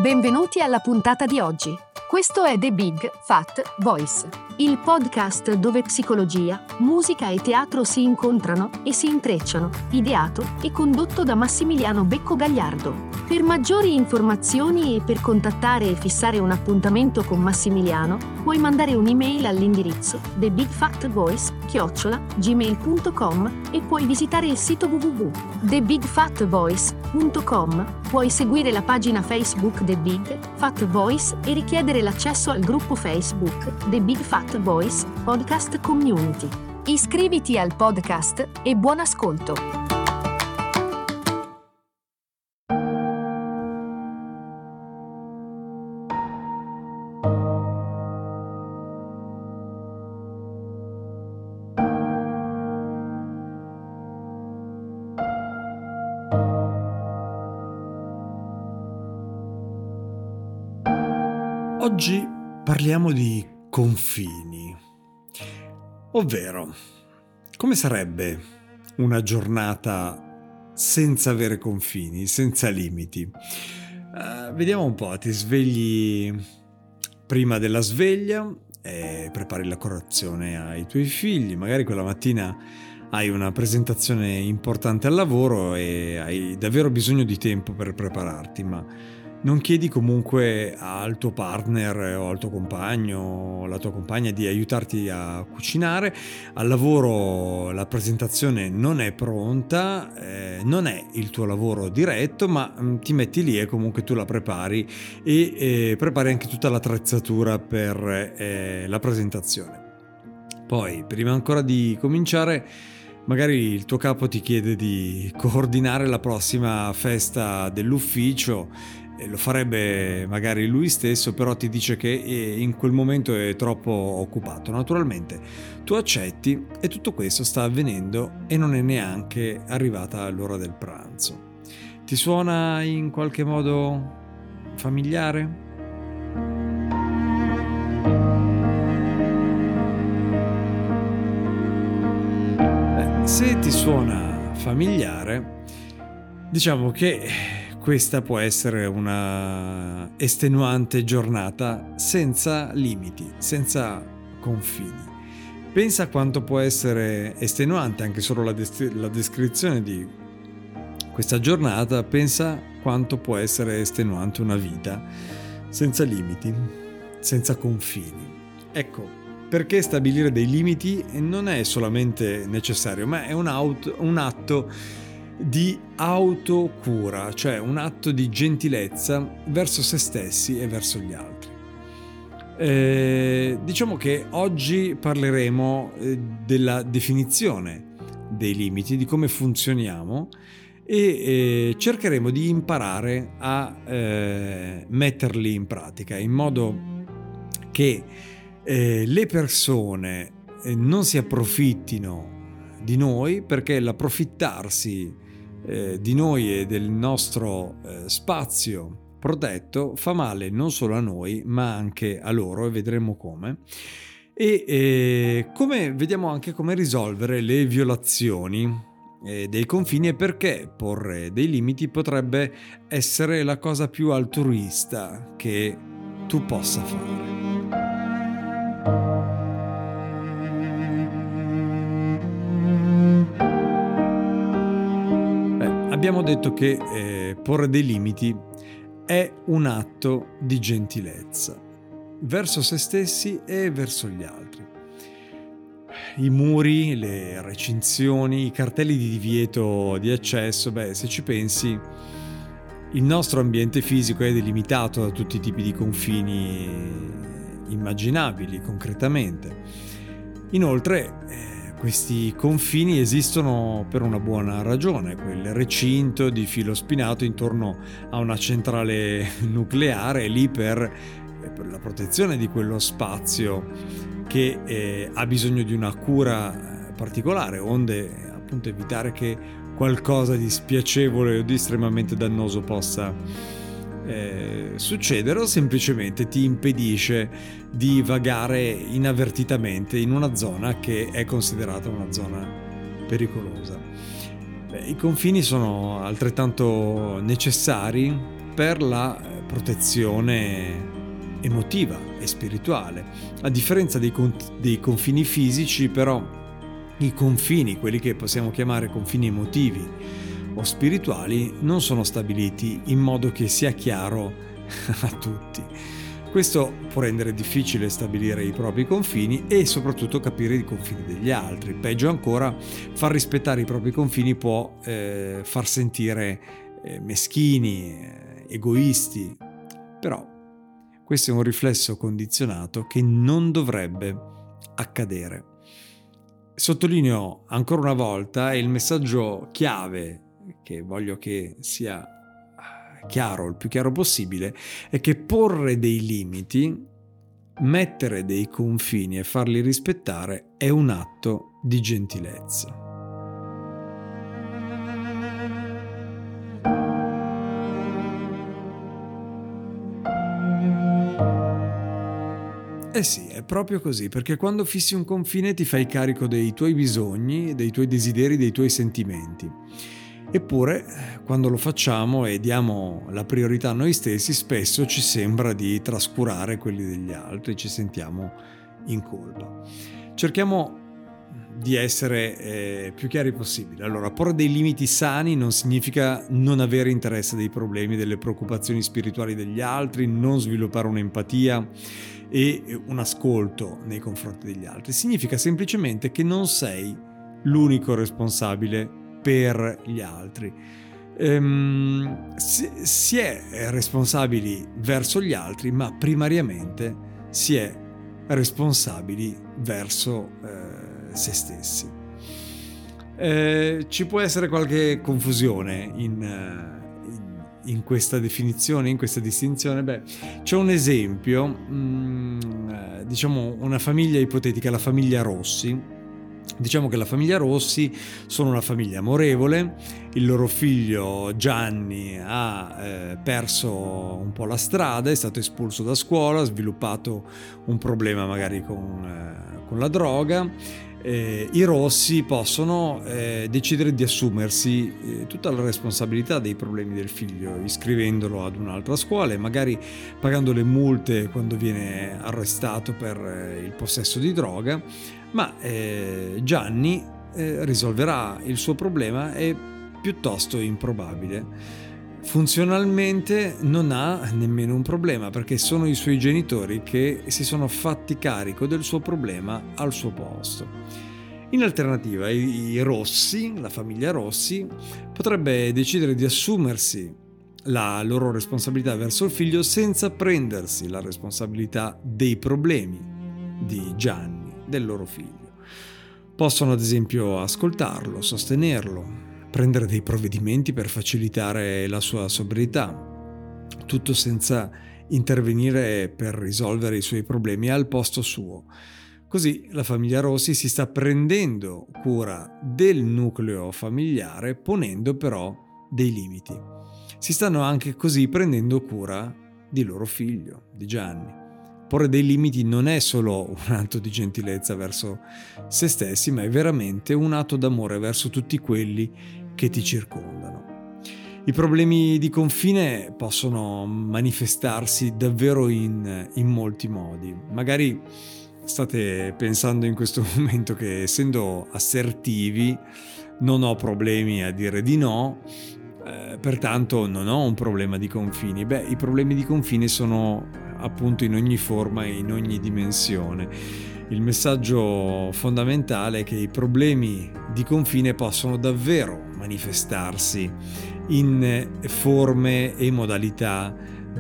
Benvenuti alla puntata di oggi. Questo è The Big Fat Voice, il podcast dove psicologia, musica e teatro si incontrano e si intrecciano, ideato e condotto da Massimiliano Becco Gagliardo. Per maggiori informazioni e per contattare e fissare un appuntamento con Massimiliano, puoi mandare un'email all'indirizzo thebigfatvoice@gmail.com e puoi visitare il sito www.thebigfatvoice.com. Puoi seguire la pagina Facebook The Big Fat Voice e richiedere l'accesso al gruppo Facebook The Big Fat Voice Podcast Community. Iscriviti al podcast e buon ascolto! Oggi parliamo di confini, ovvero come sarebbe una giornata senza avere confini, senza limiti. Vediamo un po', ti svegli prima della sveglia e prepari la colazione ai tuoi figli, magari quella mattina hai una presentazione importante al lavoro e hai davvero bisogno di tempo per prepararti, ma non chiedi comunque al tuo partner o al tuo compagno o alla tua compagna di aiutarti a cucinare. Al lavoro la presentazione non è pronta, non è il tuo lavoro diretto, ma ti metti lì e comunque tu la prepari e prepari anche tutta l'attrezzatura per la presentazione. Poi, prima ancora di cominciare, magari il tuo capo ti chiede di coordinare la prossima festa dell'ufficio. Lo farebbe magari lui stesso, però ti dice che in quel momento è troppo occupato. Naturalmente tu accetti e tutto questo sta avvenendo e non è neanche arrivata l'ora del pranzo. Ti suona in qualche modo familiare? Se ti suona familiare, diciamo che questa può essere una estenuante giornata senza limiti, senza confini. Pensa quanto può essere estenuante anche solo la descrizione di questa giornata, pensa quanto può essere estenuante una vita senza limiti, senza confini. Ecco, perché stabilire dei limiti non è solamente necessario, ma è un atto di autocura, cioè un atto di gentilezza verso se stessi e verso gli altri. Diciamo che oggi parleremo della definizione dei limiti, di come funzioniamo e cercheremo di imparare a metterli in pratica in modo che le persone non si approfittino di noi, perché l'approfittarsi di noi e del nostro spazio protetto fa male non solo a noi ma anche a loro, e vedremo come. E come vediamo anche come risolvere le violazioni dei confini e perché porre dei limiti potrebbe essere la cosa più altruista che tu possa fare. Abbiamo detto che porre dei limiti è un atto di gentilezza verso se stessi e verso gli altri. I muri, le recinzioni, i cartelli di divieto di accesso, se ci pensi, il nostro ambiente fisico è delimitato da tutti i tipi di confini immaginabili concretamente. Inoltre, questi confini esistono per una buona ragione, quel recinto di filo spinato intorno a una centrale nucleare è lì per la protezione di quello spazio che ha bisogno di una cura particolare, onde appunto evitare che qualcosa di spiacevole o di estremamente dannoso possa succedere, o semplicemente ti impedisce di vagare inavvertitamente in una zona che è considerata una zona pericolosa. I confini sono altrettanto necessari per la protezione emotiva e spirituale. A differenza dei confini fisici, però, i confini, quelli che possiamo chiamare confini emotivi o spirituali, non sono stabiliti in modo che sia chiaro a tutti. Questo può rendere difficile stabilire i propri confini e soprattutto capire i confini degli altri. Peggio ancora, far rispettare i propri confini può far sentire meschini, egoisti. Però questo è un riflesso condizionato che non dovrebbe accadere. Sottolineo ancora una volta il messaggio chiave che voglio che sia chiaro, il più chiaro possibile, è che porre dei limiti, mettere dei confini e farli rispettare è un atto di gentilezza. Eh sì, è proprio così, perché quando fissi un confine ti fai carico dei tuoi bisogni, dei tuoi desideri, dei tuoi sentimenti. Eppure, quando lo facciamo e diamo la priorità a noi stessi, spesso ci sembra di trascurare quelli degli altri, ci sentiamo in colpa. Cerchiamo di essere più chiari possibile. Allora, porre dei limiti sani non significa non avere interesse dei problemi, delle preoccupazioni spirituali degli altri, non sviluppare un'empatia e un ascolto nei confronti degli altri. Significa semplicemente che non sei l'unico responsabile per gli altri. Si è responsabili verso gli altri, ma primariamente si è responsabili verso se stessi. Ci può essere qualche confusione in questa definizione, in questa distinzione. C'è un esempio, diciamo una famiglia ipotetica, la famiglia Rossi. Diciamo che la famiglia Rossi sono una famiglia amorevole, il loro figlio Gianni ha perso un po' la strada, è stato espulso da scuola, ha sviluppato un problema magari con la droga. I Rossi possono decidere di assumersi tutta la responsabilità dei problemi del figlio, iscrivendolo ad un'altra scuola e magari pagando le multe quando viene arrestato per il possesso di droga, ma Gianni risolverà il suo problema, è piuttosto improbabile. Funzionalmente non ha nemmeno un problema, perché sono i suoi genitori che si sono fatti carico del suo problema al suo posto. In alternativa, i Rossi, la famiglia Rossi, potrebbe decidere di assumersi la loro responsabilità verso il figlio senza prendersi la responsabilità dei problemi di Gianni, del loro figlio. Possono ad esempio ascoltarlo, sostenerlo, prendere dei provvedimenti per facilitare la sua sobrietà, tutto senza intervenire per risolvere i suoi problemi al posto suo. Così la famiglia Rossi si sta prendendo cura del nucleo familiare, ponendo però dei limiti. Si stanno anche così prendendo cura di loro figlio, di Gianni. Porre dei limiti non è solo un atto di gentilezza verso se stessi, ma è veramente un atto d'amore verso tutti quelli che ti circondano. I problemi di confine possono manifestarsi davvero in molti modi. Magari state pensando in questo momento che, essendo assertivi, non ho problemi a dire di no, pertanto non ho un problema di confini. I problemi di confine sono appunto in ogni forma e in ogni dimensione. Il messaggio fondamentale è che i problemi di confine possono davvero manifestarsi in forme e modalità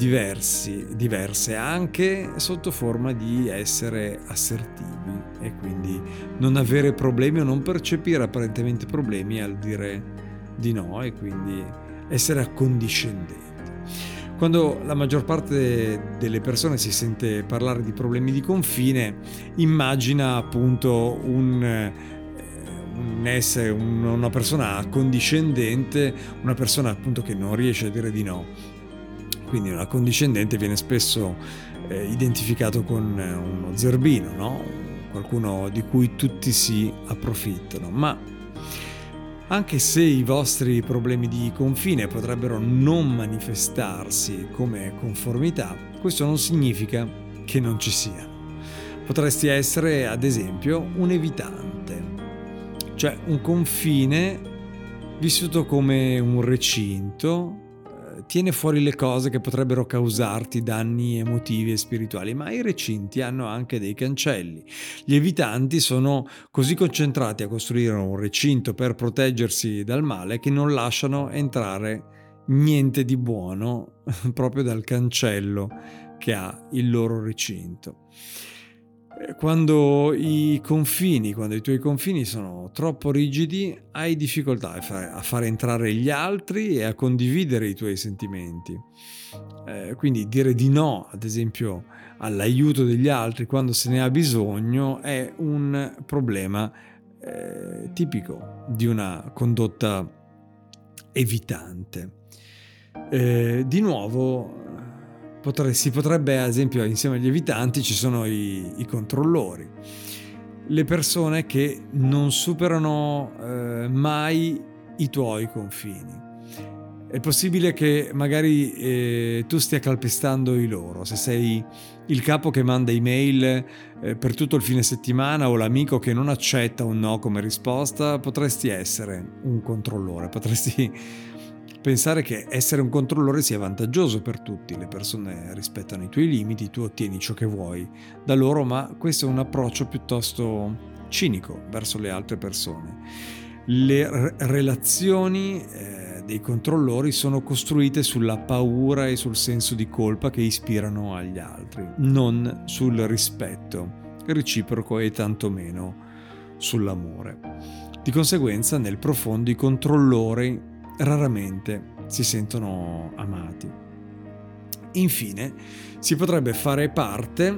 diverse, anche sotto forma di essere assertivi e quindi non avere problemi o non percepire apparentemente problemi al dire di no e quindi essere accondiscendenti. Quando la maggior parte delle persone si sente parlare di problemi di confine, immagina appunto una persona accondiscendente, una persona appunto che non riesce a dire di no. Quindi un accondiscendente viene spesso identificato con uno zerbino, no? Qualcuno di cui tutti si approfittano, ma Anche se i vostri problemi di confine potrebbero non manifestarsi come conformità, questo non significa che non ci siano. Potresti essere, ad esempio, un evitante, cioè un confine vissuto come un recinto, tiene fuori le cose che potrebbero causarti danni emotivi e spirituali, ma i recinti hanno anche dei cancelli. Gli evitanti sono così concentrati a costruire un recinto per proteggersi dal male che non lasciano entrare niente di buono proprio dal cancello che ha il loro recinto. Quando i tuoi confini sono troppo rigidi, hai difficoltà a far entrare gli altri e a condividere i tuoi sentimenti. Quindi dire di no, ad esempio, all'aiuto degli altri quando se ne ha bisogno è un problema tipico di una condotta evitante. Di nuovo, si potrebbe, ad esempio, insieme agli evitanti ci sono i controllori, le persone che non superano mai i tuoi confini. È possibile che magari tu stia calpestando i loro, se sei il capo che manda email per tutto il fine settimana o l'amico che non accetta un no come risposta, potresti essere un controllore, potresti pensare che essere un controllore sia vantaggioso per tutti. Le persone rispettano i tuoi limiti, tu ottieni ciò che vuoi da loro, ma questo è un approccio piuttosto cinico verso le altre persone. Le relazioni dei controllori sono costruite sulla paura e sul senso di colpa che ispirano agli altri, non sul rispetto reciproco e tantomeno sull'amore. Di conseguenza, nel profondo, i controllori raramente si sentono amati. Infine, si potrebbe fare parte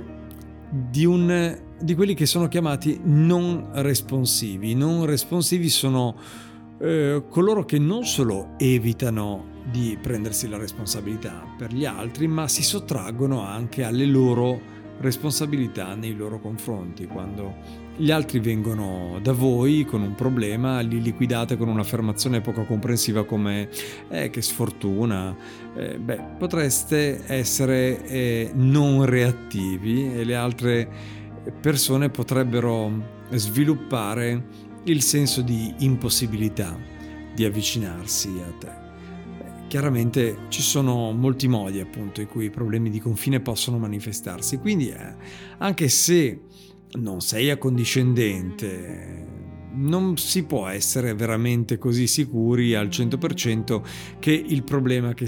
di quelli che sono chiamati non responsivi. I non responsivi sono coloro che non solo evitano di prendersi la responsabilità per gli altri, ma si sottraggono anche alle loro responsabilità nei loro confronti. Quando gli altri vengono da voi con un problema, li liquidate con un'affermazione poco comprensiva come che sfortuna. Potreste essere non reattivi e le altre persone potrebbero sviluppare il senso di impossibilità di avvicinarsi a te. Chiaramente ci sono molti modi, appunto, in cui i problemi di confine possono manifestarsi, quindi anche se non sei accondiscendente, non si può essere veramente così sicuri al 100% che il problema con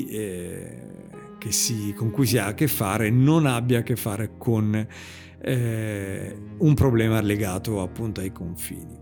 cui si ha a che fare non abbia a che fare con un problema legato appunto ai confini.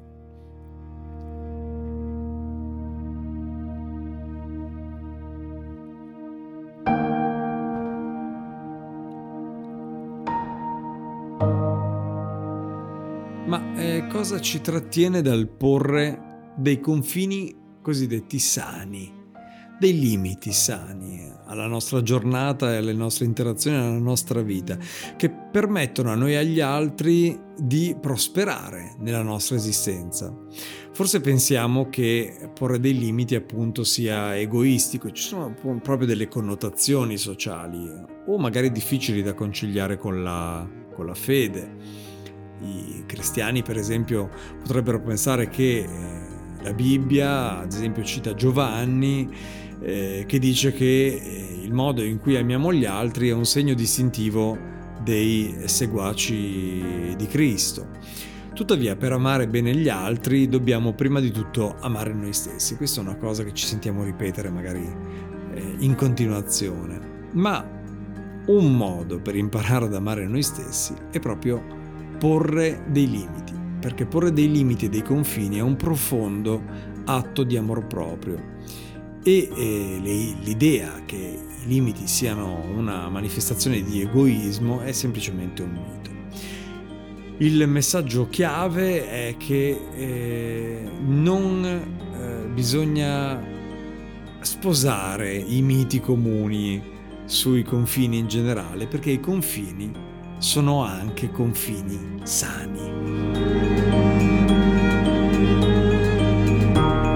Ma cosa ci trattiene dal porre dei confini cosiddetti sani, dei limiti sani alla nostra giornata e alle nostre interazioni, alla nostra vita, che permettono a noi e agli altri di prosperare nella nostra esistenza? Forse pensiamo che porre dei limiti appunto sia egoistico, ci sono proprio delle connotazioni sociali o magari difficili da conciliare con la fede. I cristiani, per esempio, potrebbero pensare che la Bibbia, ad esempio, cita Giovanni, che dice che il modo in cui amiamo gli altri è un segno distintivo dei seguaci di Cristo. Tuttavia, per amare bene gli altri dobbiamo prima di tutto amare noi stessi. Questa è una cosa che ci sentiamo ripetere magari in continuazione. Ma un modo per imparare ad amare noi stessi è proprio porre dei limiti, perché porre dei limiti e dei confini è un profondo atto di amor proprio e l'idea che i limiti siano una manifestazione di egoismo è semplicemente un mito. Il messaggio chiave è che non bisogna sposare i miti comuni sui confini in generale, perché i confini sono anche confini sani.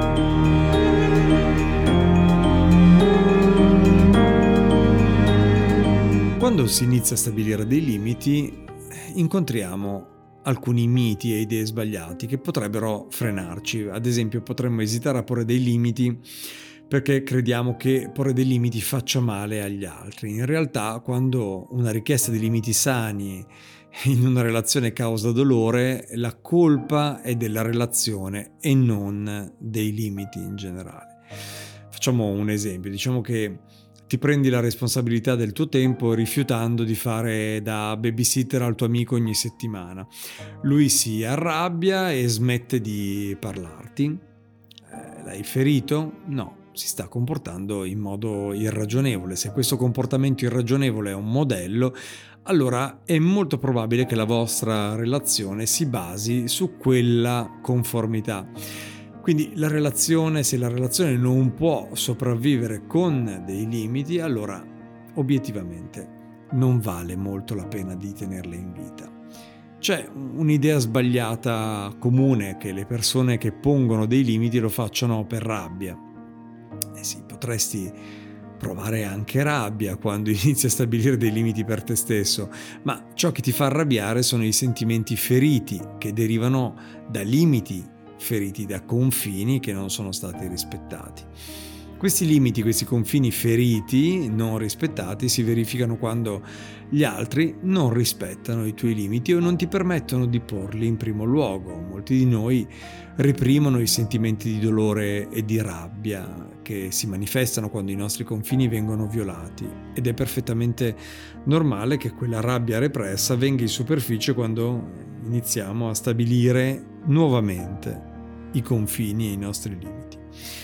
Quando si inizia a stabilire dei limiti, incontriamo alcuni miti e idee sbagliati che potrebbero frenarci. Ad esempio, potremmo esitare a porre dei limiti perché crediamo che porre dei limiti faccia male agli altri. In realtà, quando una richiesta di limiti sani in una relazione causa dolore, la colpa è della relazione e non dei limiti in generale. Facciamo un esempio, diciamo che ti prendi la responsabilità del tuo tempo rifiutando di fare da babysitter al tuo amico ogni settimana. Lui si arrabbia e smette di parlarti. L'hai ferito? No, si sta comportando in modo irragionevole. Se questo comportamento irragionevole è un modello, allora è molto probabile che la vostra relazione si basi su quella conformità. Quindi se la relazione non può sopravvivere con dei limiti, allora obiettivamente non vale molto la pena di tenerle in vita. C'è un'idea sbagliata comune che le persone che pongono dei limiti lo facciano per rabbia. Sì, potresti provare anche rabbia quando inizi a stabilire dei limiti per te stesso, ma ciò che ti fa arrabbiare sono i sentimenti feriti che derivano da limiti feriti, da confini che non sono stati rispettati. Questi limiti, questi confini feriti, non rispettati, si verificano quando gli altri non rispettano i tuoi limiti o non ti permettono di porli in primo luogo. Molti di noi reprimono i sentimenti di dolore e di rabbia che si manifestano quando i nostri confini vengono violati, ed è perfettamente normale che quella rabbia repressa venga in superficie quando iniziamo a stabilire nuovamente i confini e i nostri limiti.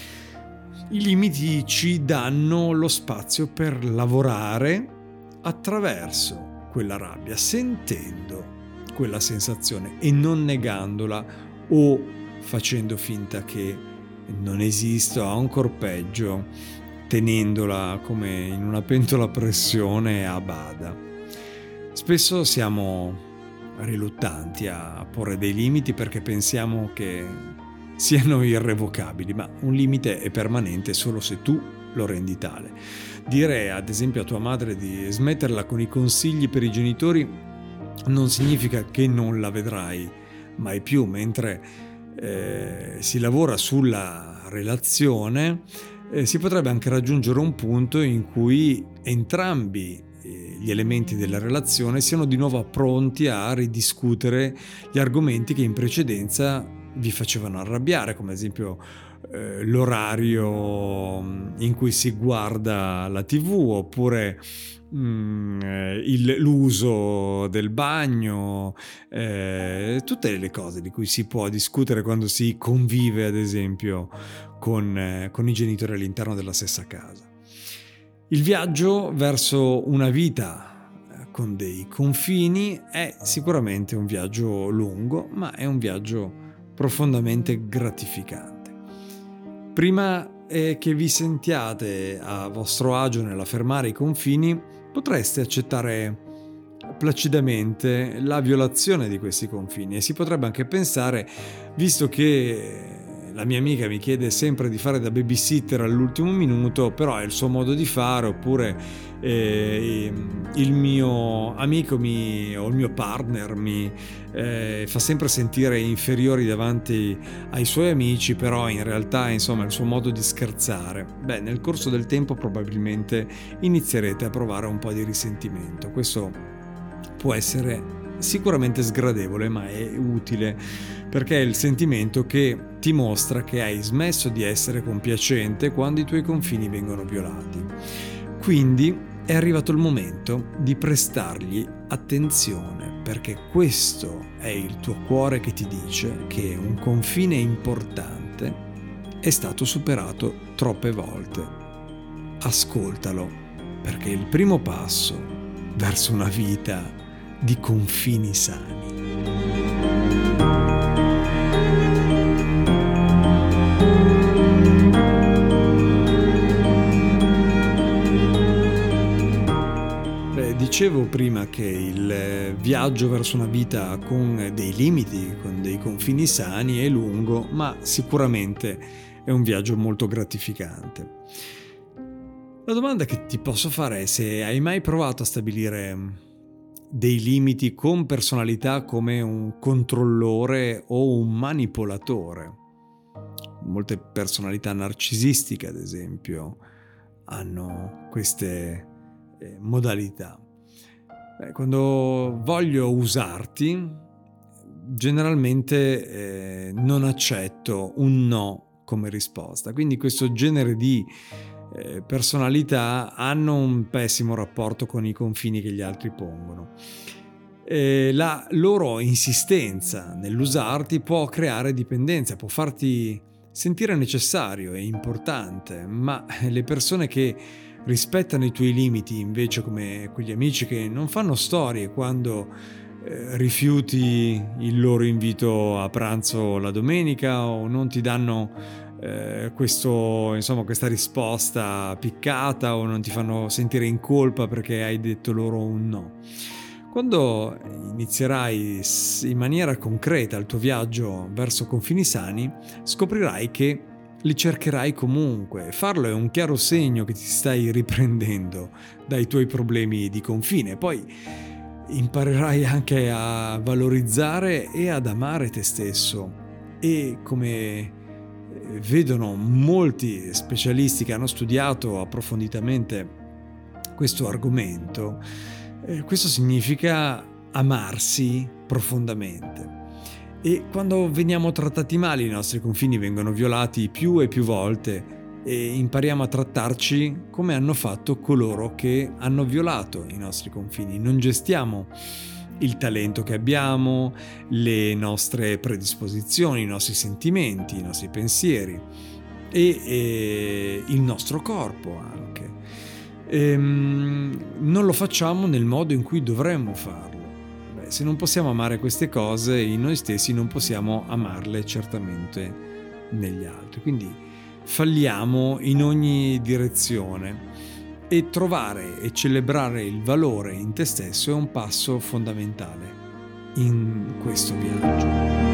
I limiti ci danno lo spazio per lavorare attraverso quella rabbia, sentendo quella sensazione e non negandola o facendo finta che non esista, o ancor peggio tenendola come in una pentola a pressione a bada. Spesso siamo riluttanti a porre dei limiti perché pensiamo che siano irrevocabili, ma un limite è permanente solo se tu lo rendi tale. Dire ad esempio a tua madre di smetterla con i consigli per i genitori non significa che non la vedrai mai più. Mentre si lavora sulla relazione, si potrebbe anche raggiungere un punto in cui entrambi gli elementi della relazione siano di nuovo pronti a ridiscutere gli argomenti che in precedenza vi facevano arrabbiare, come ad esempio l'orario in cui si guarda la TV, oppure l'uso del bagno, tutte le cose di cui si può discutere quando si convive ad esempio con i genitori all'interno della stessa casa. Il viaggio verso una vita con dei confini è sicuramente un viaggio lungo, ma è un viaggio profondamente gratificante. Prima che vi sentiate a vostro agio nell'affermare i confini, potreste accettare placidamente la violazione di questi confini, e si potrebbe anche pensare, visto che la mia amica mi chiede sempre di fare da babysitter all'ultimo minuto, però è il suo modo di fare, oppure il mio amico o il mio partner mi fa sempre sentire inferiori davanti ai suoi amici, però in realtà insomma è il suo modo di scherzare. Beh, nel corso del tempo probabilmente inizierete a provare un po' di risentimento. Questo può essere sicuramente sgradevole, ma è utile, perché è il sentimento che ti mostra che hai smesso di essere compiacente quando i tuoi confini vengono violati. Quindi è arrivato il momento di prestargli attenzione, perché questo è il tuo cuore che ti dice che un confine importante è stato superato troppe volte. Ascoltalo, perché è il primo passo verso una vita di confini sani. Dicevo prima che il viaggio verso una vita con dei limiti, con dei confini sani è lungo, ma sicuramente è un viaggio molto gratificante. La domanda che ti posso fare è se hai mai provato a stabilire dei limiti con personalità come un controllore o un manipolatore. Molte personalità narcisistiche, ad esempio, hanno queste modalità. Quando voglio usarti, generalmente non accetto un no come risposta. Quindi questo genere di personalità hanno un pessimo rapporto con i confini che gli altri pongono. La loro insistenza nell'usarti può creare dipendenza, può farti sentire necessario e importante, ma le persone che rispettano i tuoi limiti, invece, come quegli amici che non fanno storie quando rifiuti il loro invito a pranzo la domenica o non ti danno questa risposta piccata o non ti fanno sentire in colpa perché hai detto loro un no. Quando inizierai in maniera concreta il tuo viaggio verso confini sani, scoprirai che li cercherai comunque. Farlo è un chiaro segno che ti stai riprendendo dai tuoi problemi di confine. Poi imparerai anche a valorizzare e ad amare te stesso. E come vedono molti specialisti che hanno studiato approfonditamente questo argomento, questo significa amarsi profondamente. E quando veniamo trattati male, i nostri confini vengono violati più e più volte e impariamo a trattarci come hanno fatto coloro che hanno violato i nostri confini. Non gestiamo il talento che abbiamo, le nostre predisposizioni, i nostri sentimenti, i nostri pensieri e il nostro corpo anche. Non lo facciamo nel modo in cui dovremmo farlo. Se non possiamo amare queste cose in noi stessi, non possiamo amarle certamente negli altri. Quindi falliamo in ogni direzione e trovare e celebrare il valore in te stesso è un passo fondamentale in questo viaggio.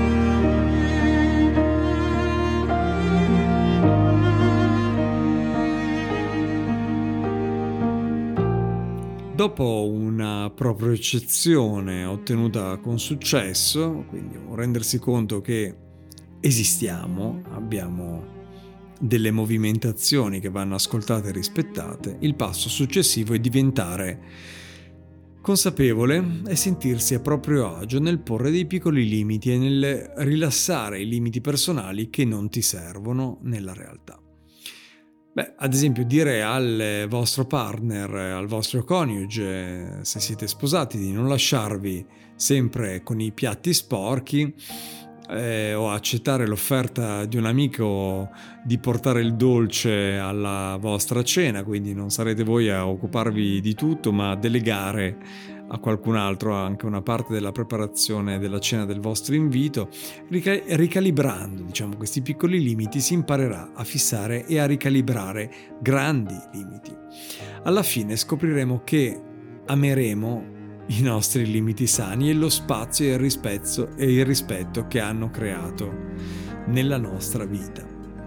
Dopo una propriocezione ottenuta con successo, quindi un rendersi conto che esistiamo, abbiamo delle movimentazioni che vanno ascoltate e rispettate, il passo successivo è diventare consapevole e sentirsi a proprio agio nel porre dei piccoli limiti e nel rilassare i limiti personali che non ti servono nella realtà. Ad esempio dire al vostro partner, al vostro coniuge, se siete sposati, di non lasciarvi sempre con i piatti sporchi o accettare l'offerta di un amico di portare il dolce alla vostra cena, quindi non sarete voi a occuparvi di tutto, ma a delegare a qualcun altro anche una parte della preparazione della cena del vostro invito. Ricalibrando, questi piccoli limiti si imparerà a fissare e a ricalibrare grandi limiti. Alla fine scopriremo che ameremo i nostri limiti sani e lo spazio e il rispetto che hanno creato nella nostra vita.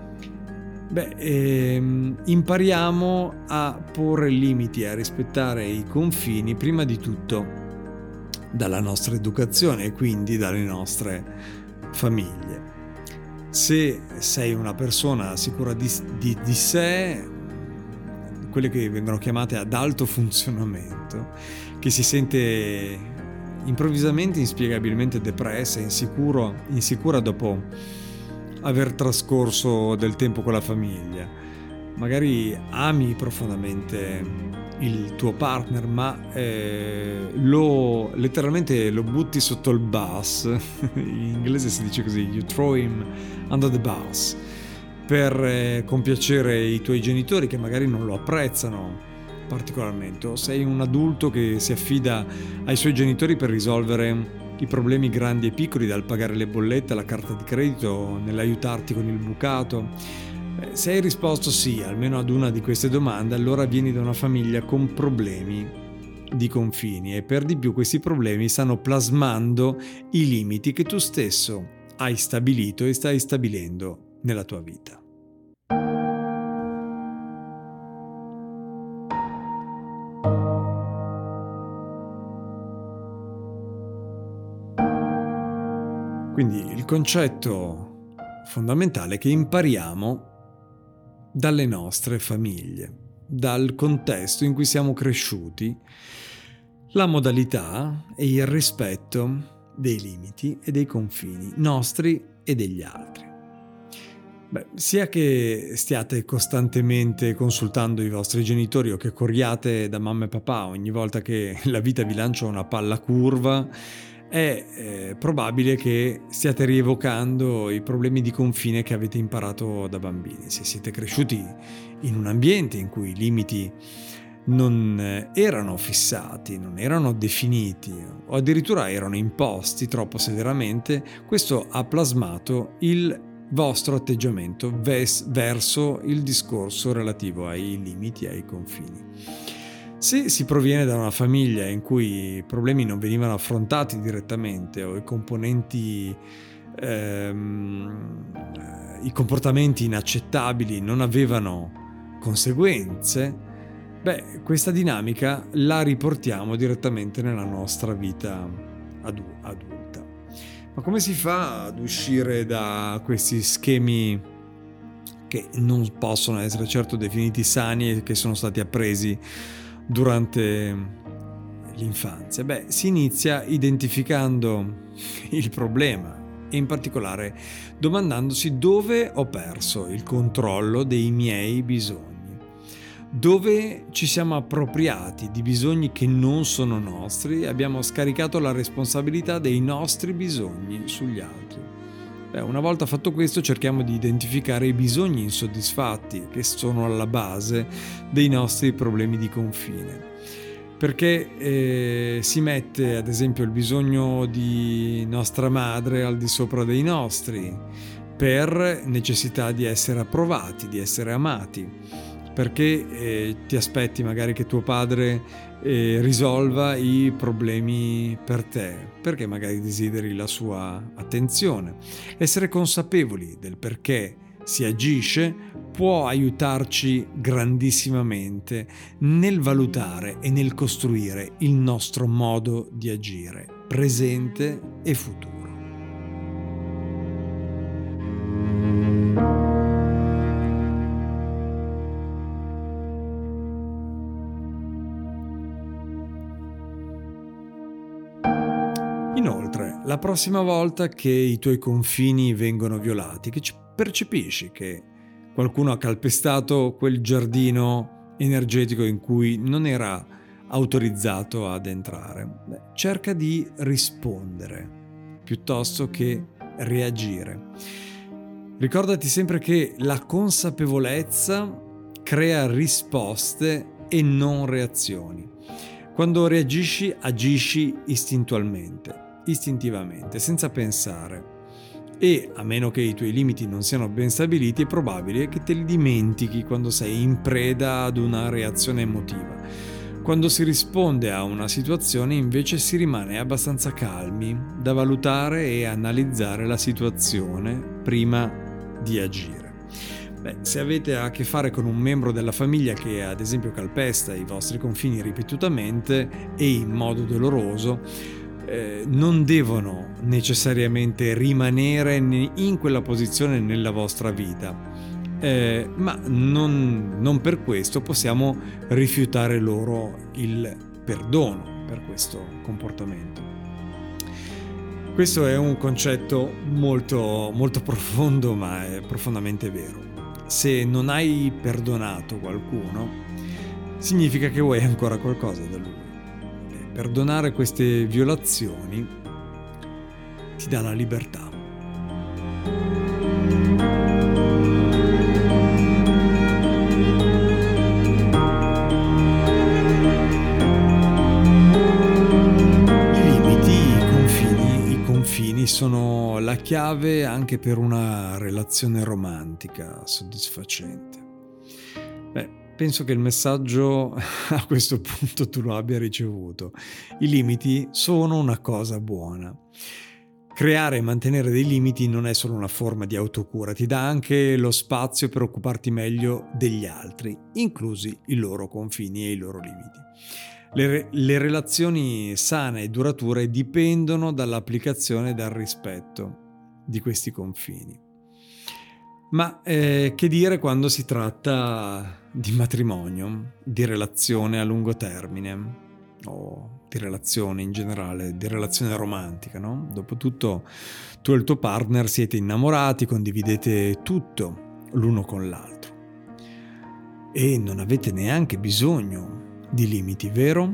Impariamo a porre limiti e a rispettare i confini prima di tutto dalla nostra educazione e quindi dalle nostre famiglie. Se sei una persona sicura di sé, quelle che vengono chiamate ad alto funzionamento, che si sente improvvisamente, inspiegabilmente depressa, insicura dopo aver trascorso del tempo con la famiglia. Magari ami profondamente il tuo partner, ma letteralmente lo butti sotto il bus. In inglese si dice così, you throw him under the bus, per compiacere i tuoi genitori che magari non lo apprezzano particolarmente, o sei un adulto che si affida ai suoi genitori per risolvere i problemi grandi e piccoli, dal pagare le bollette alla carta di credito, nell'aiutarti con il bucato. Se hai risposto sì almeno ad una di queste domande, allora vieni da una famiglia con problemi di confini e per di più questi problemi stanno plasmando i limiti che tu stesso hai stabilito e stai stabilendo nella tua vita. Quindi il concetto fondamentale è che impariamo dalle nostre famiglie, dal contesto in cui siamo cresciuti, la modalità e il rispetto dei limiti e dei confini nostri e degli altri. Sia che stiate costantemente consultando i vostri genitori o che corriate da mamma e papà ogni volta che la vita vi lancia una palla curva, è probabile che stiate rievocando i problemi di confine che avete imparato da bambini. Se siete cresciuti in un ambiente in cui i limiti non erano fissati, non erano definiti o addirittura erano imposti troppo severamente, questo ha plasmato il vostro atteggiamento verso il discorso relativo ai limiti e ai confini. Se si proviene da una famiglia in cui i problemi non venivano affrontati direttamente o i comportamenti inaccettabili non avevano conseguenze, questa dinamica la riportiamo direttamente nella nostra vita adulta. Ma come si fa ad uscire da questi schemi che non possono essere certo definiti sani e che sono stati appresi durante l'infanzia? Si inizia identificando il problema e in particolare domandandosi dove ho perso il controllo dei miei bisogni. Dove ci siamo appropriati di bisogni che non sono nostri e abbiamo scaricato la responsabilità dei nostri bisogni sugli altri. Una volta fatto questo, cerchiamo di identificare i bisogni insoddisfatti che sono alla base dei nostri problemi di confine. Perché si mette ad esempio il bisogno di nostra madre al di sopra dei nostri, per necessità di essere approvati, di essere amati. Perché ti aspetti magari che tuo padre risolva i problemi per te, perché magari desideri la sua attenzione. Essere consapevoli del perché si agisce può aiutarci grandissimamente nel valutare e nel costruire il nostro modo di agire, presente e futuro. Inoltre, la prossima volta che i tuoi confini vengono violati, che percepisci che qualcuno ha calpestato quel giardino energetico in cui non era autorizzato ad entrare, cerca di rispondere piuttosto che reagire. Ricordati sempre che la consapevolezza crea risposte e non reazioni. Quando reagisci, agisci istintivamente, senza pensare. E, a meno che i tuoi limiti non siano ben stabiliti, è probabile che te li dimentichi quando sei in preda ad una reazione emotiva. Quando si risponde a una situazione, invece, si rimane abbastanza calmi da valutare e analizzare la situazione prima di agire. Se avete a che fare con un membro della famiglia che ad esempio calpesta i vostri confini ripetutamente e in modo doloroso, non devono necessariamente rimanere in quella posizione nella vostra vita, ma non per questo possiamo rifiutare loro il perdono per questo comportamento. Questo è un concetto molto, molto profondo, ma è profondamente vero. Se non hai perdonato qualcuno, significa che vuoi ancora qualcosa da lui. Perdonare queste violazioni ti dà la libertà. I confini sono la chiave anche per una relazione romantica soddisfacente. Penso che il messaggio a questo punto tu lo abbia ricevuto. I limiti sono una cosa buona. Creare e mantenere dei limiti non è solo una forma di autocura, ti dà anche lo spazio per occuparti meglio degli altri, inclusi i loro confini e i loro limiti. Le relazioni sane e durature dipendono dall'applicazione e dal rispetto di questi confini. Ma che dire quando si tratta di matrimonio, di relazione a lungo termine o di relazione in generale, di relazione romantica, no? Dopotutto tu e il tuo partner siete innamorati, condividete tutto l'uno con l'altro e non avete neanche bisogno di limiti, vero?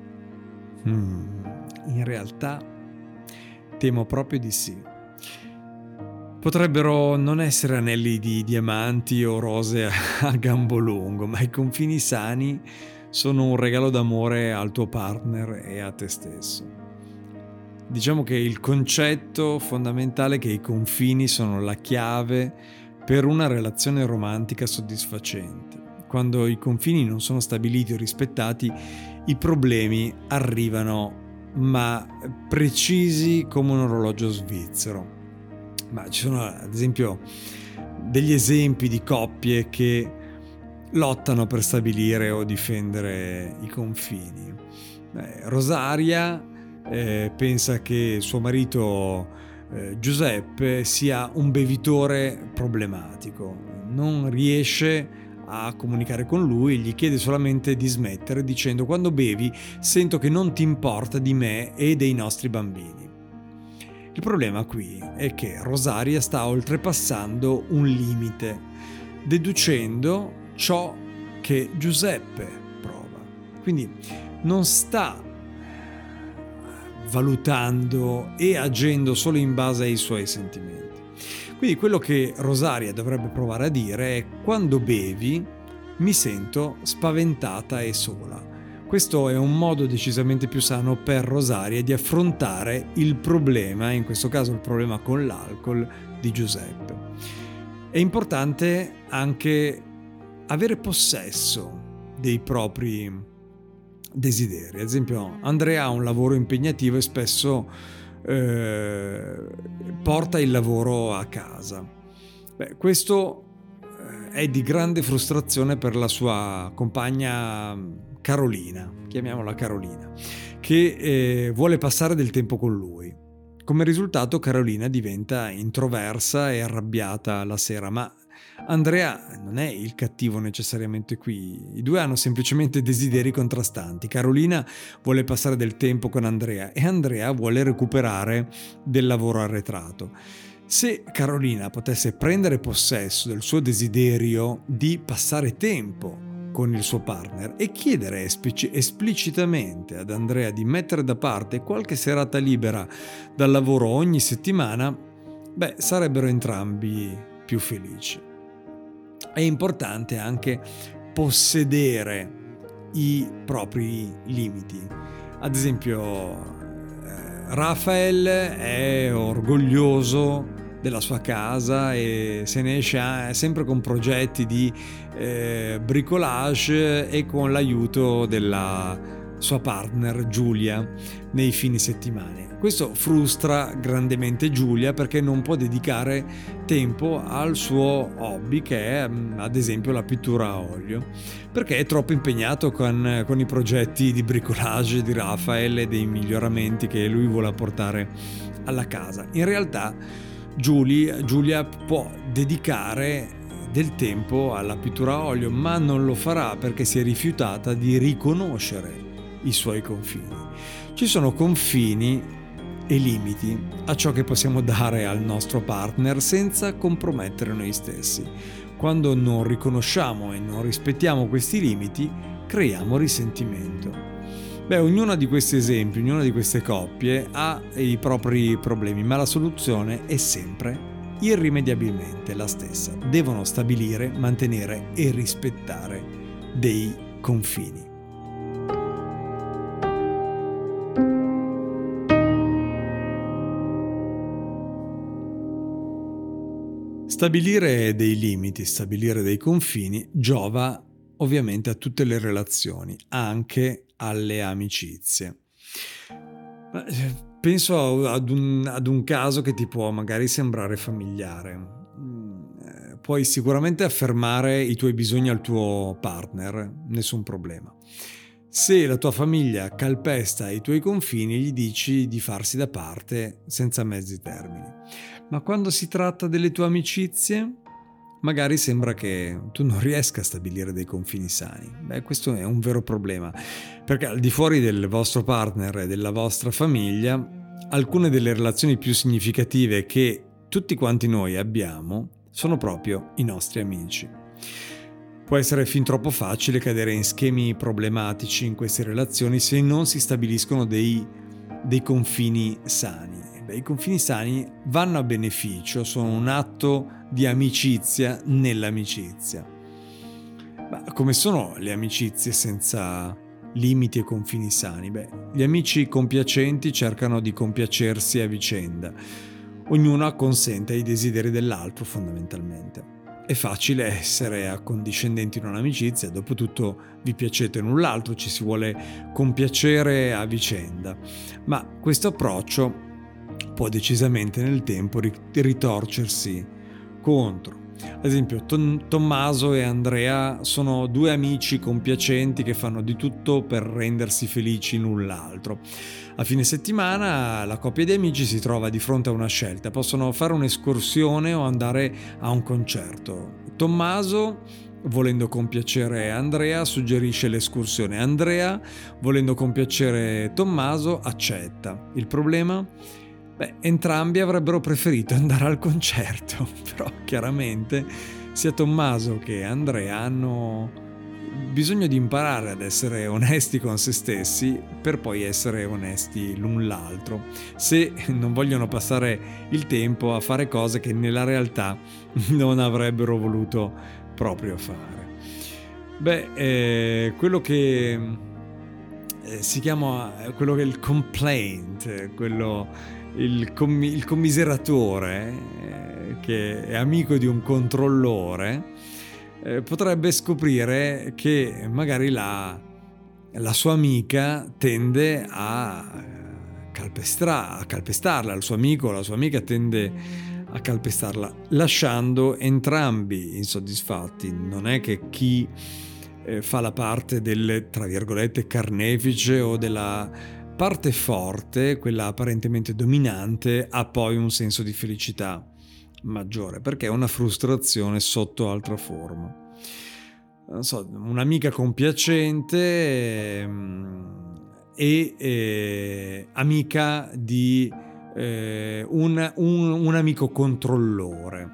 In realtà temo proprio di sì. Potrebbero non essere anelli di diamanti o rose a gambo lungo, ma i confini sani sono un regalo d'amore al tuo partner e a te stesso. Diciamo che il concetto fondamentale è che i confini sono la chiave per una relazione romantica soddisfacente. Quando i confini non sono stabiliti o rispettati, i problemi arrivano, ma precisi come un orologio svizzero. Ma ci sono ad esempio degli esempi di coppie che lottano per stabilire o difendere i confini. Rosaria pensa che suo marito Giuseppe sia un bevitore problematico, non riesce a comunicare con lui, gli chiede solamente di smettere dicendo: quando bevi sento che non ti importa di me e dei nostri bambini. Il problema qui è che Rosaria sta oltrepassando un limite, deducendo ciò che Giuseppe prova. Quindi non sta valutando e agendo solo in base ai suoi sentimenti. Quindi quello che Rosaria dovrebbe provare a dire è: quando bevi mi sento spaventata e sola. Questo è un modo decisamente più sano per Rosaria di affrontare il problema, in questo caso il problema con l'alcol, di Giuseppe. È importante anche avere possesso dei propri desideri. Ad esempio, Andrea ha un lavoro impegnativo e spesso porta il lavoro a casa. Questo è di grande frustrazione per la sua compagna Carolina, chiamiamola Carolina, che vuole passare del tempo con lui. Come risultato Carolina diventa introversa e arrabbiata la sera, ma Andrea non è il cattivo necessariamente qui, i due hanno semplicemente desideri contrastanti. Carolina vuole passare del tempo con Andrea e Andrea vuole recuperare del lavoro arretrato. Se Carolina potesse prendere possesso del suo desiderio di passare tempo con il suo partner e chiedere esplicitamente ad Andrea di mettere da parte qualche serata libera dal lavoro ogni settimana, sarebbero entrambi più felici. È importante anche possedere i propri limiti. Ad esempio, Rafael è orgoglioso della sua casa e se ne esce sempre con progetti di bricolage e con l'aiuto della sua partner Giulia nei fine settimana. Questo frustra grandemente Giulia perché non può dedicare tempo al suo hobby, che è ad esempio la pittura a olio, perché è troppo impegnato con i progetti di bricolage di Rafael e dei miglioramenti che lui vuole apportare alla casa. In realtà Giulia può dedicare del tempo alla pittura a olio, ma non lo farà perché si è rifiutata di riconoscere i suoi confini. Ci sono confini e limiti a ciò che possiamo dare al nostro partner senza compromettere noi stessi. Quando non riconosciamo e non rispettiamo questi limiti, creiamo risentimento. Ognuno di questi esempi, ognuna di queste coppie ha i propri problemi, ma la soluzione è sempre irrimediabilmente la stessa. Devono stabilire, mantenere e rispettare dei confini. Stabilire dei limiti, stabilire dei confini giova ovviamente a tutte le relazioni, anche alle amicizie. Penso ad un caso che ti può magari sembrare familiare. Puoi sicuramente affermare i tuoi bisogni al tuo partner, nessun problema. Se la tua famiglia calpesta i tuoi confini, gli dici di farsi da parte senza mezzi termini. Ma quando si tratta delle tue amicizie, magari sembra che tu non riesca a stabilire dei confini sani. Questo è un vero problema, perché al di fuori del vostro partner e della vostra famiglia, alcune delle relazioni più significative che tutti quanti noi abbiamo sono proprio i nostri amici. Può essere fin troppo facile cadere in schemi problematici in queste relazioni se non si stabiliscono dei confini sani. I confini sani vanno a beneficio, sono un atto di amicizia nell'amicizia. Ma come sono le amicizie senza limiti e confini sani? Gli amici compiacenti cercano di compiacersi a vicenda. Ognuno acconsente ai desideri dell'altro, fondamentalmente. È facile essere accondiscendenti in un'amicizia, dopotutto vi piacete l'un l'altro, ci si vuole compiacere a vicenda. Ma questo approccio può decisamente nel tempo ritorcersi contro. Ad esempio, Tommaso e Andrea sono due amici compiacenti che fanno di tutto per rendersi felici l'un l'altro. A fine settimana la coppia di amici si trova di fronte a una scelta: possono fare un'escursione o andare a un concerto. Tommaso, volendo compiacere Andrea, suggerisce l'escursione. Andrea, volendo compiacere Tommaso, accetta. Il problema? Entrambi avrebbero preferito andare al concerto, però chiaramente sia Tommaso che Andrea hanno bisogno di imparare ad essere onesti con se stessi per poi essere onesti l'un l'altro, se non vogliono passare il tempo a fare cose che nella realtà non avrebbero voluto proprio fare. Quello che si chiama, quello che è il complaint, il commiseratore, che è amico di un controllore, potrebbe scoprire che magari la sua amica tende a calpestarla, il suo amico o la sua amica tende a calpestarla, lasciando entrambi insoddisfatti. Non è che chi fa la parte del, tra virgolette, carnefice o della parte forte, quella apparentemente dominante, ha poi un senso di felicità maggiore, perché è una frustrazione sotto altra forma. Non so, un'amica compiacente e amica di un amico controllore.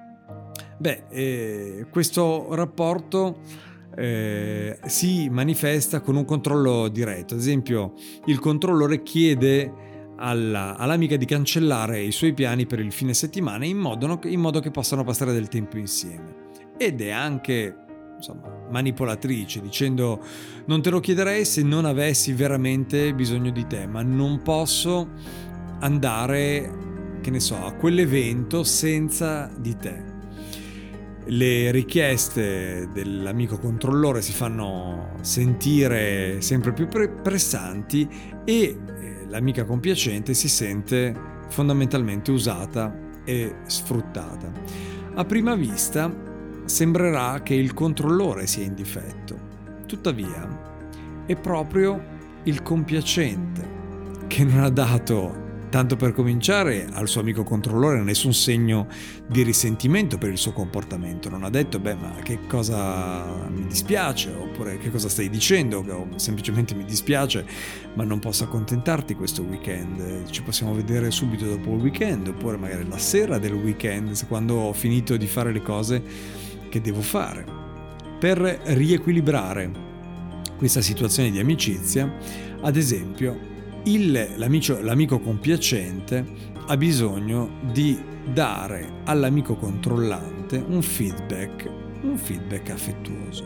Questo rapporto si manifesta con un controllo diretto. Ad esempio, il controllore chiede all'amica di cancellare i suoi piani per il fine settimana in modo che possano passare del tempo insieme, ed è anche, insomma, manipolatrice, dicendo: non te lo chiederei se non avessi veramente bisogno di te, ma non posso andare, che ne so, a quell'evento senza di te. Le richieste dell'amico controllore si fanno sentire sempre più pressanti e l'amica compiacente si sente fondamentalmente usata e sfruttata. A prima vista sembrerà che il controllore sia in difetto, tuttavia è proprio il compiacente che non ha dato, tanto per cominciare, al suo amico controllore nessun segno di risentimento per il suo comportamento. Non ha detto: ma che cosa mi dispiace, oppure che cosa stai dicendo, o semplicemente mi dispiace ma non posso accontentarti questo weekend, ci possiamo vedere subito dopo il weekend, oppure magari la sera del weekend, quando ho finito di fare le cose che devo fare. Per riequilibrare questa situazione di amicizia, ad esempio, l'amico compiacente ha bisogno di dare all'amico controllante un feedback affettuoso.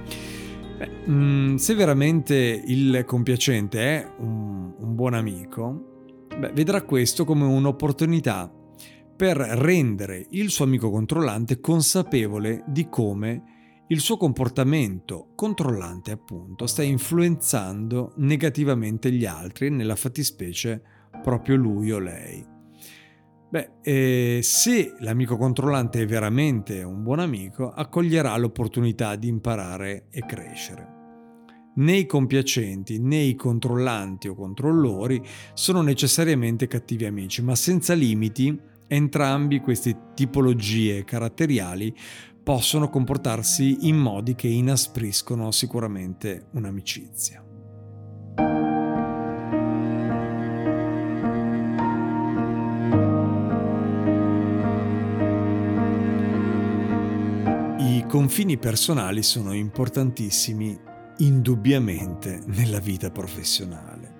Se veramente il compiacente è un buon amico, vedrà questo come un'opportunità per rendere il suo amico controllante consapevole di come il suo comportamento controllante, appunto, sta influenzando negativamente gli altri, nella fattispecie proprio lui o lei. Se l'amico controllante è veramente un buon amico, accoglierà l'opportunità di imparare e crescere. Né i compiacenti né i controllanti o controllori sono necessariamente cattivi amici, ma senza limiti Entrambi queste tipologie caratteriali possono comportarsi in modi che inaspriscono sicuramente un'amicizia. I confini personali sono importantissimi indubbiamente nella vita professionale.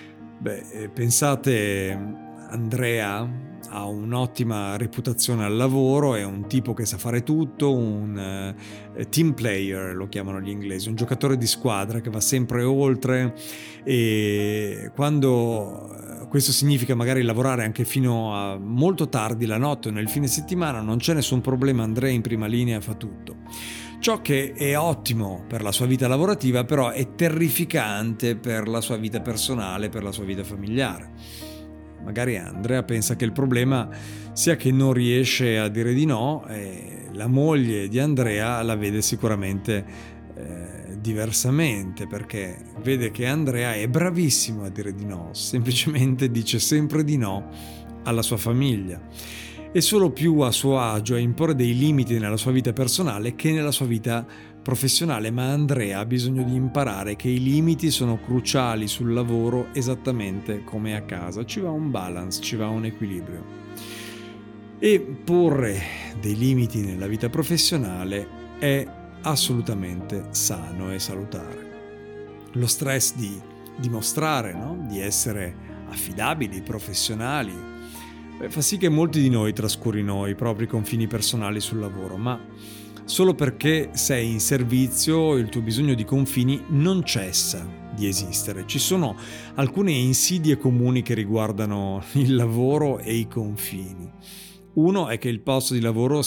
Pensate, Andrea ha un'ottima reputazione al lavoro, è un tipo che sa fare tutto, un team player lo chiamano gli inglesi, un giocatore di squadra che va sempre oltre, e quando questo significa magari lavorare anche fino a molto tardi la notte o nel fine settimana, non c'è nessun problema, Andrea in prima linea fa tutto. Ciò che è ottimo per la sua vita lavorativa però è terrificante per la sua vita personale, per la sua vita familiare. Magari Andrea pensa che il problema sia che non riesce a dire di no, e la moglie di Andrea la vede sicuramente diversamente, perché vede che Andrea è bravissimo a dire di no, semplicemente dice sempre di no alla sua famiglia. È solo più a suo agio a imporre dei limiti nella sua vita personale che nella sua vita professionale, ma Andrea ha bisogno di imparare che i limiti sono cruciali sul lavoro esattamente come a casa. Ci va un balance, ci va un equilibrio. E porre dei limiti nella vita professionale è assolutamente sano e salutare. Lo stress di dimostrare, no? Di essere affidabili, professionali, fa sì che molti di noi trascurino i propri confini personali sul lavoro, ma solo perché sei in servizio il tuo bisogno di confini non cessa di esistere. Ci sono alcune insidie comuni che riguardano il lavoro e i confini. Uno è che il posto di lavoro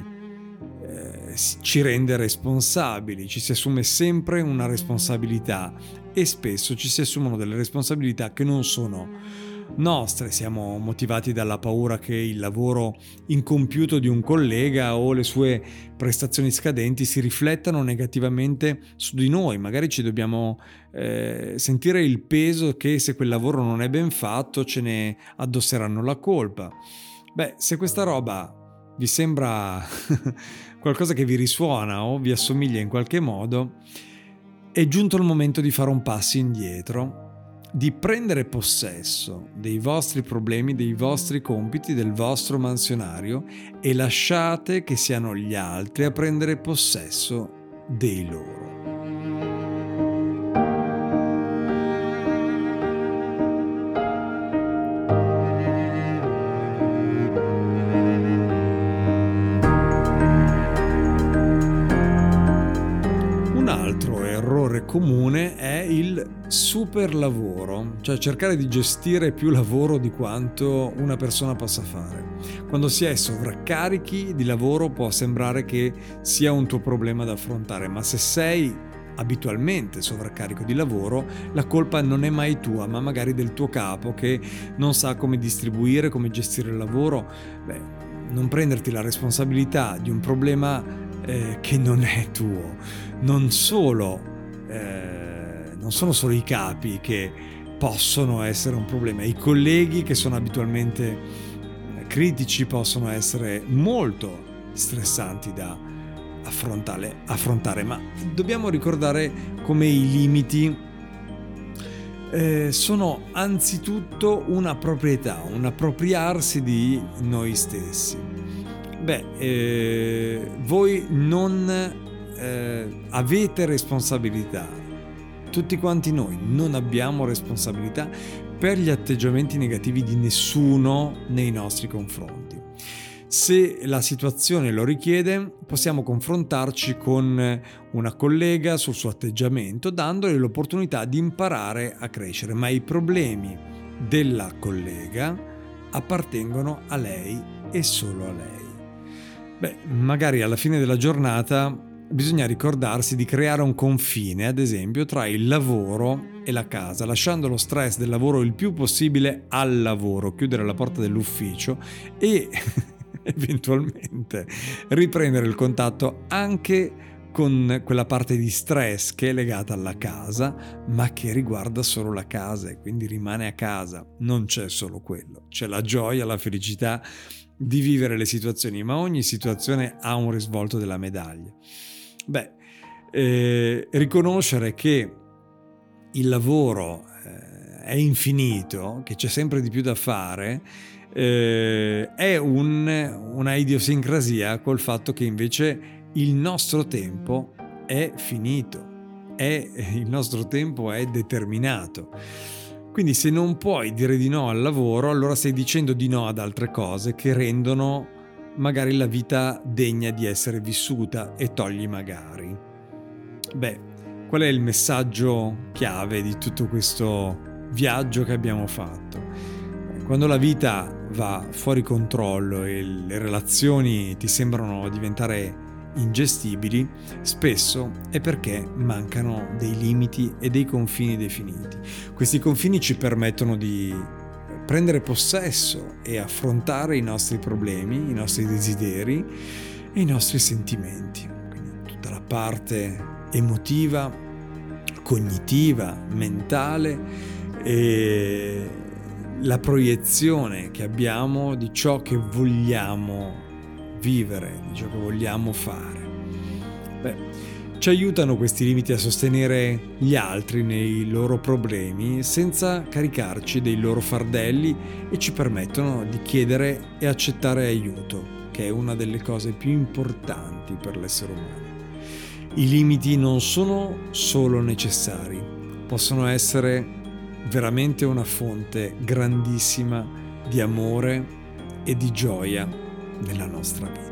ci rende responsabili, ci si assume sempre una responsabilità e spesso ci si assumono delle responsabilità che non sono nostre. Siamo motivati dalla paura che il lavoro incompiuto di un collega o le sue prestazioni scadenti si riflettano negativamente su di noi. Magari ci dobbiamo sentire il peso che se quel lavoro non è ben fatto ce ne addosseranno la colpa. Se questa roba vi sembra qualcosa che vi risuona o vi assomiglia in qualche modo, è giunto il momento di fare un passo indietro, di prendere possesso dei vostri problemi, dei vostri compiti, del vostro mansionario, e lasciate che siano gli altri a prendere possesso dei loro. Comune è il super lavoro, cioè cercare di gestire più lavoro di quanto una persona possa fare. Quando si è sovraccarichi di lavoro può sembrare che sia un tuo problema da affrontare, ma se sei abitualmente sovraccarico di lavoro, la colpa non è mai tua, ma magari del tuo capo che non sa come distribuire, come gestire il lavoro. Non prenderti la responsabilità di un problema che non è tuo. Non sono solo i capi che possono essere un problema, i colleghi che sono abitualmente critici possono essere molto stressanti da affrontare, ma dobbiamo ricordare come i limiti sono anzitutto una proprietà, un appropriarsi di noi stessi. Voi non avete responsabilità, tutti quanti noi non abbiamo responsabilità per gli atteggiamenti negativi di nessuno nei nostri confronti. Se la situazione lo richiede, possiamo confrontarci con una collega sul suo atteggiamento, dandole l'opportunità di imparare a crescere, ma i problemi della collega appartengono a lei e solo a lei. Magari alla fine della giornata bisogna ricordarsi di creare un confine, ad esempio, tra il lavoro e la casa, lasciando lo stress del lavoro il più possibile al lavoro, chiudere la porta dell'ufficio e eventualmente riprendere il contatto anche con quella parte di stress che è legata alla casa, ma che riguarda solo la casa e quindi rimane a casa. Non c'è solo quello, c'è la gioia, la felicità di vivere le situazioni, ma ogni situazione ha un risvolto della medaglia. Riconoscere che il lavoro è infinito, che c'è sempre di più da fare, è una idiosincrasia col fatto che invece il nostro tempo è finito, il nostro tempo è determinato. Quindi se non puoi dire di no al lavoro, allora stai dicendo di no ad altre cose che rendono magari la vita degna di essere vissuta, e togli magari. Qual è il messaggio chiave di tutto questo viaggio che abbiamo fatto? Quando la vita va fuori controllo e le relazioni ti sembrano diventare ingestibili, spesso è perché mancano dei limiti e dei confini definiti. Questi confini ci permettono di prendere possesso e affrontare i nostri problemi, i nostri desideri e i nostri sentimenti. Quindi tutta la parte emotiva, cognitiva, mentale e la proiezione che abbiamo di ciò che vogliamo vivere, di ciò che vogliamo fare. Ci aiutano questi limiti a sostenere gli altri nei loro problemi senza caricarci dei loro fardelli, e ci permettono di chiedere e accettare aiuto, che è una delle cose più importanti per l'essere umano. I limiti non sono solo necessari, possono essere veramente una fonte grandissima di amore e di gioia nella nostra vita.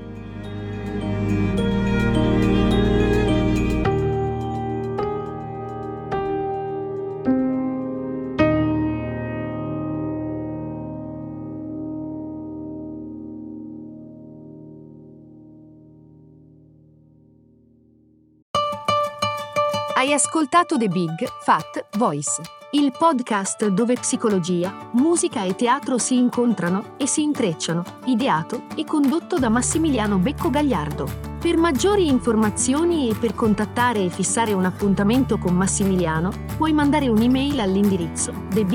Hai ascoltato The Big Fat Voice, il podcast dove psicologia, musica e teatro si incontrano e si intrecciano, ideato e condotto da Massimiliano Becco Gagliardo. Per maggiori informazioni e per contattare e fissare un appuntamento con Massimiliano, puoi mandare un'email all'indirizzo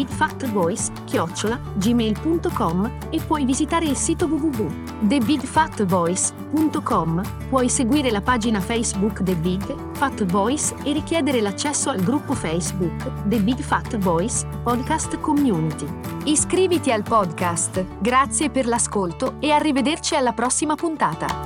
thebigfatvoice@gmail.com e puoi visitare il sito www.thebigfatvoice.com. Puoi seguire la pagina Facebook The Big Fat Voice e richiedere l'accesso al gruppo Facebook The Big Fat Voice Podcast Community. Iscriviti al podcast. Grazie per l'ascolto e arrivederci alla prossima puntata.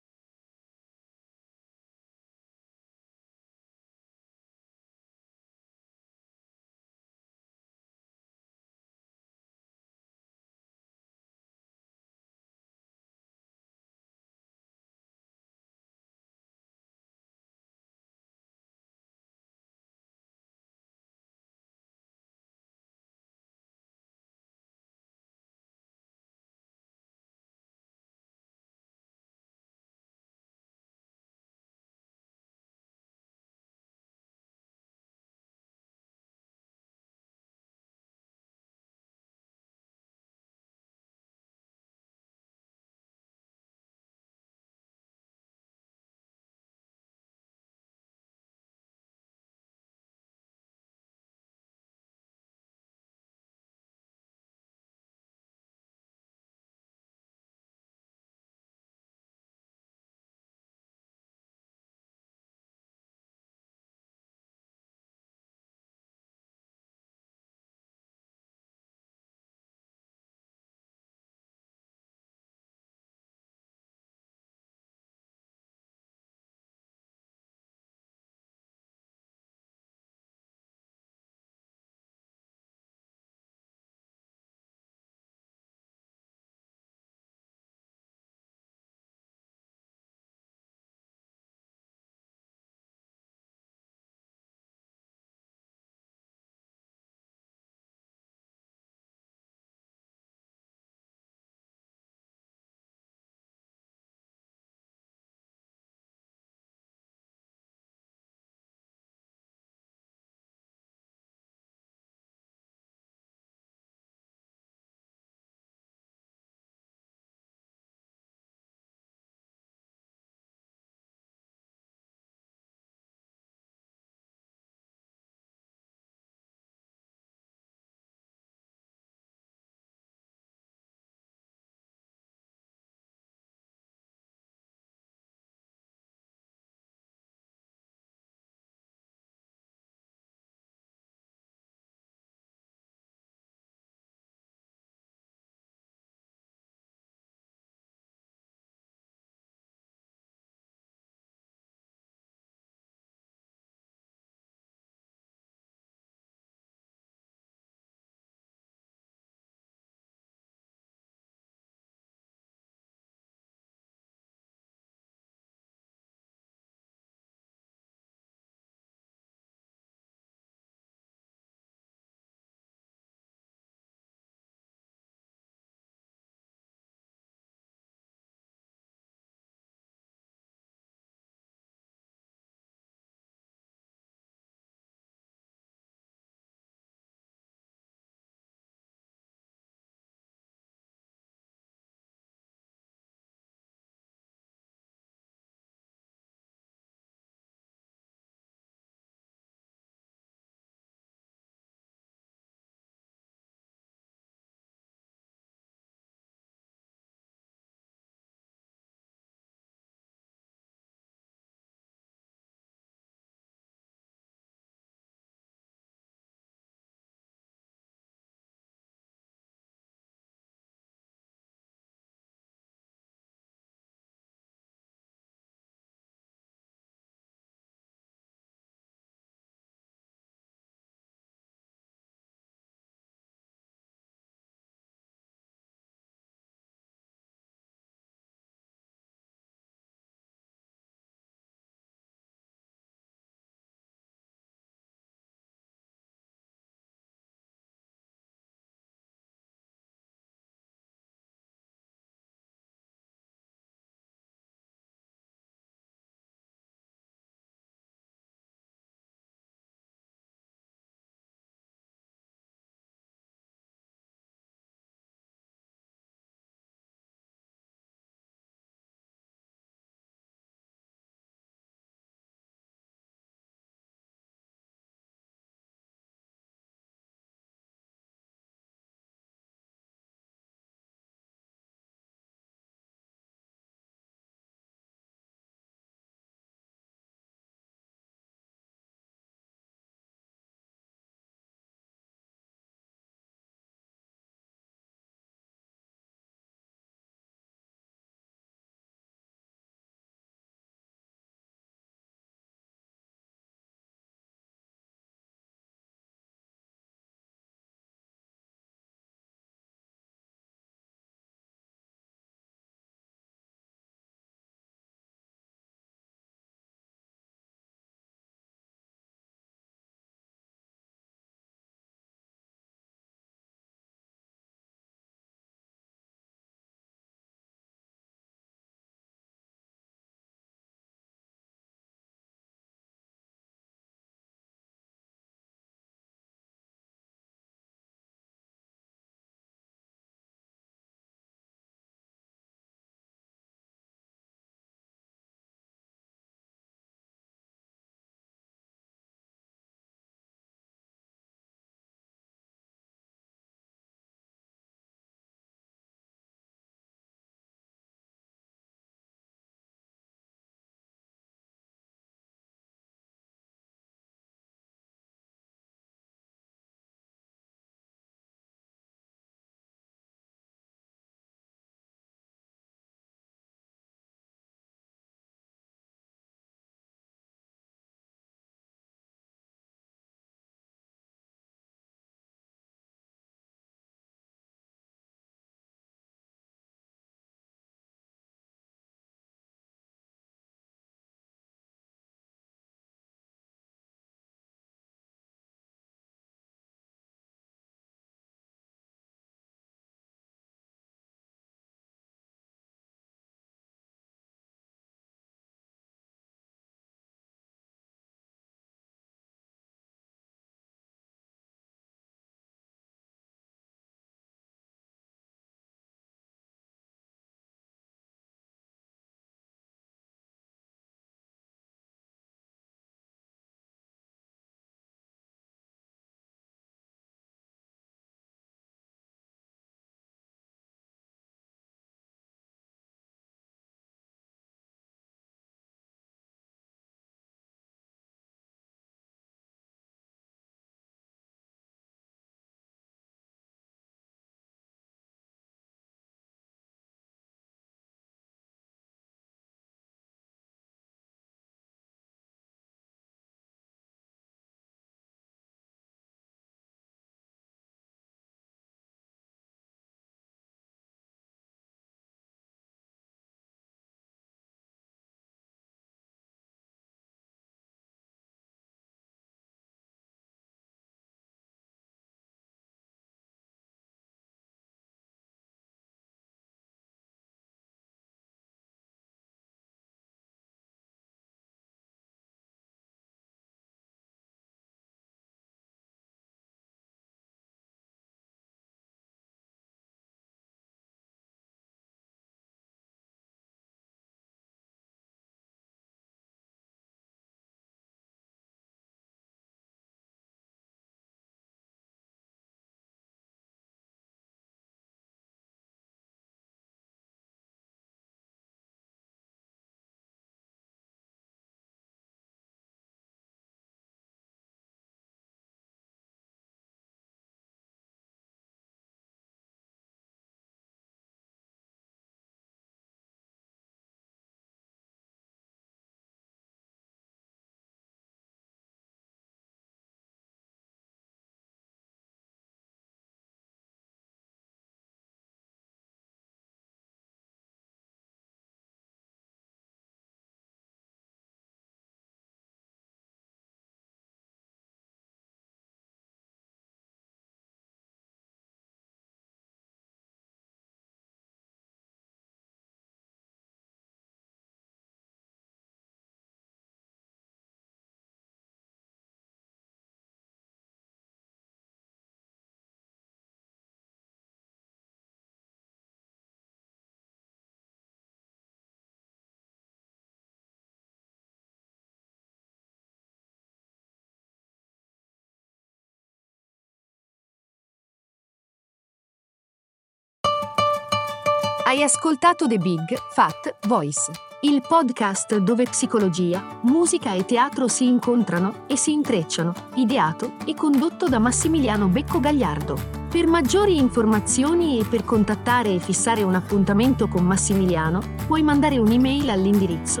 Hai ascoltato The Big Fat Voice, il podcast dove psicologia, musica e teatro si incontrano e si intrecciano, ideato e condotto da Massimiliano Becco Gagliardo. Per maggiori informazioni e per contattare e fissare un appuntamento con Massimiliano, puoi mandare un'email all'indirizzo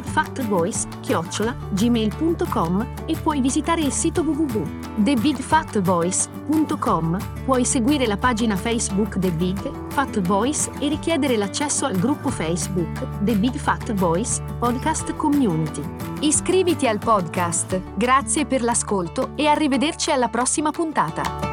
thebigfatvoice@gmail.com e puoi visitare il sito www.thebigfatvoice.com. Puoi seguire la pagina Facebook The Big Fat Voice e richiedere l'accesso al gruppo Facebook The Big Fat Voice Podcast Community. Iscriviti al podcast. Grazie per l'ascolto e arrivederci alla prossima puntata.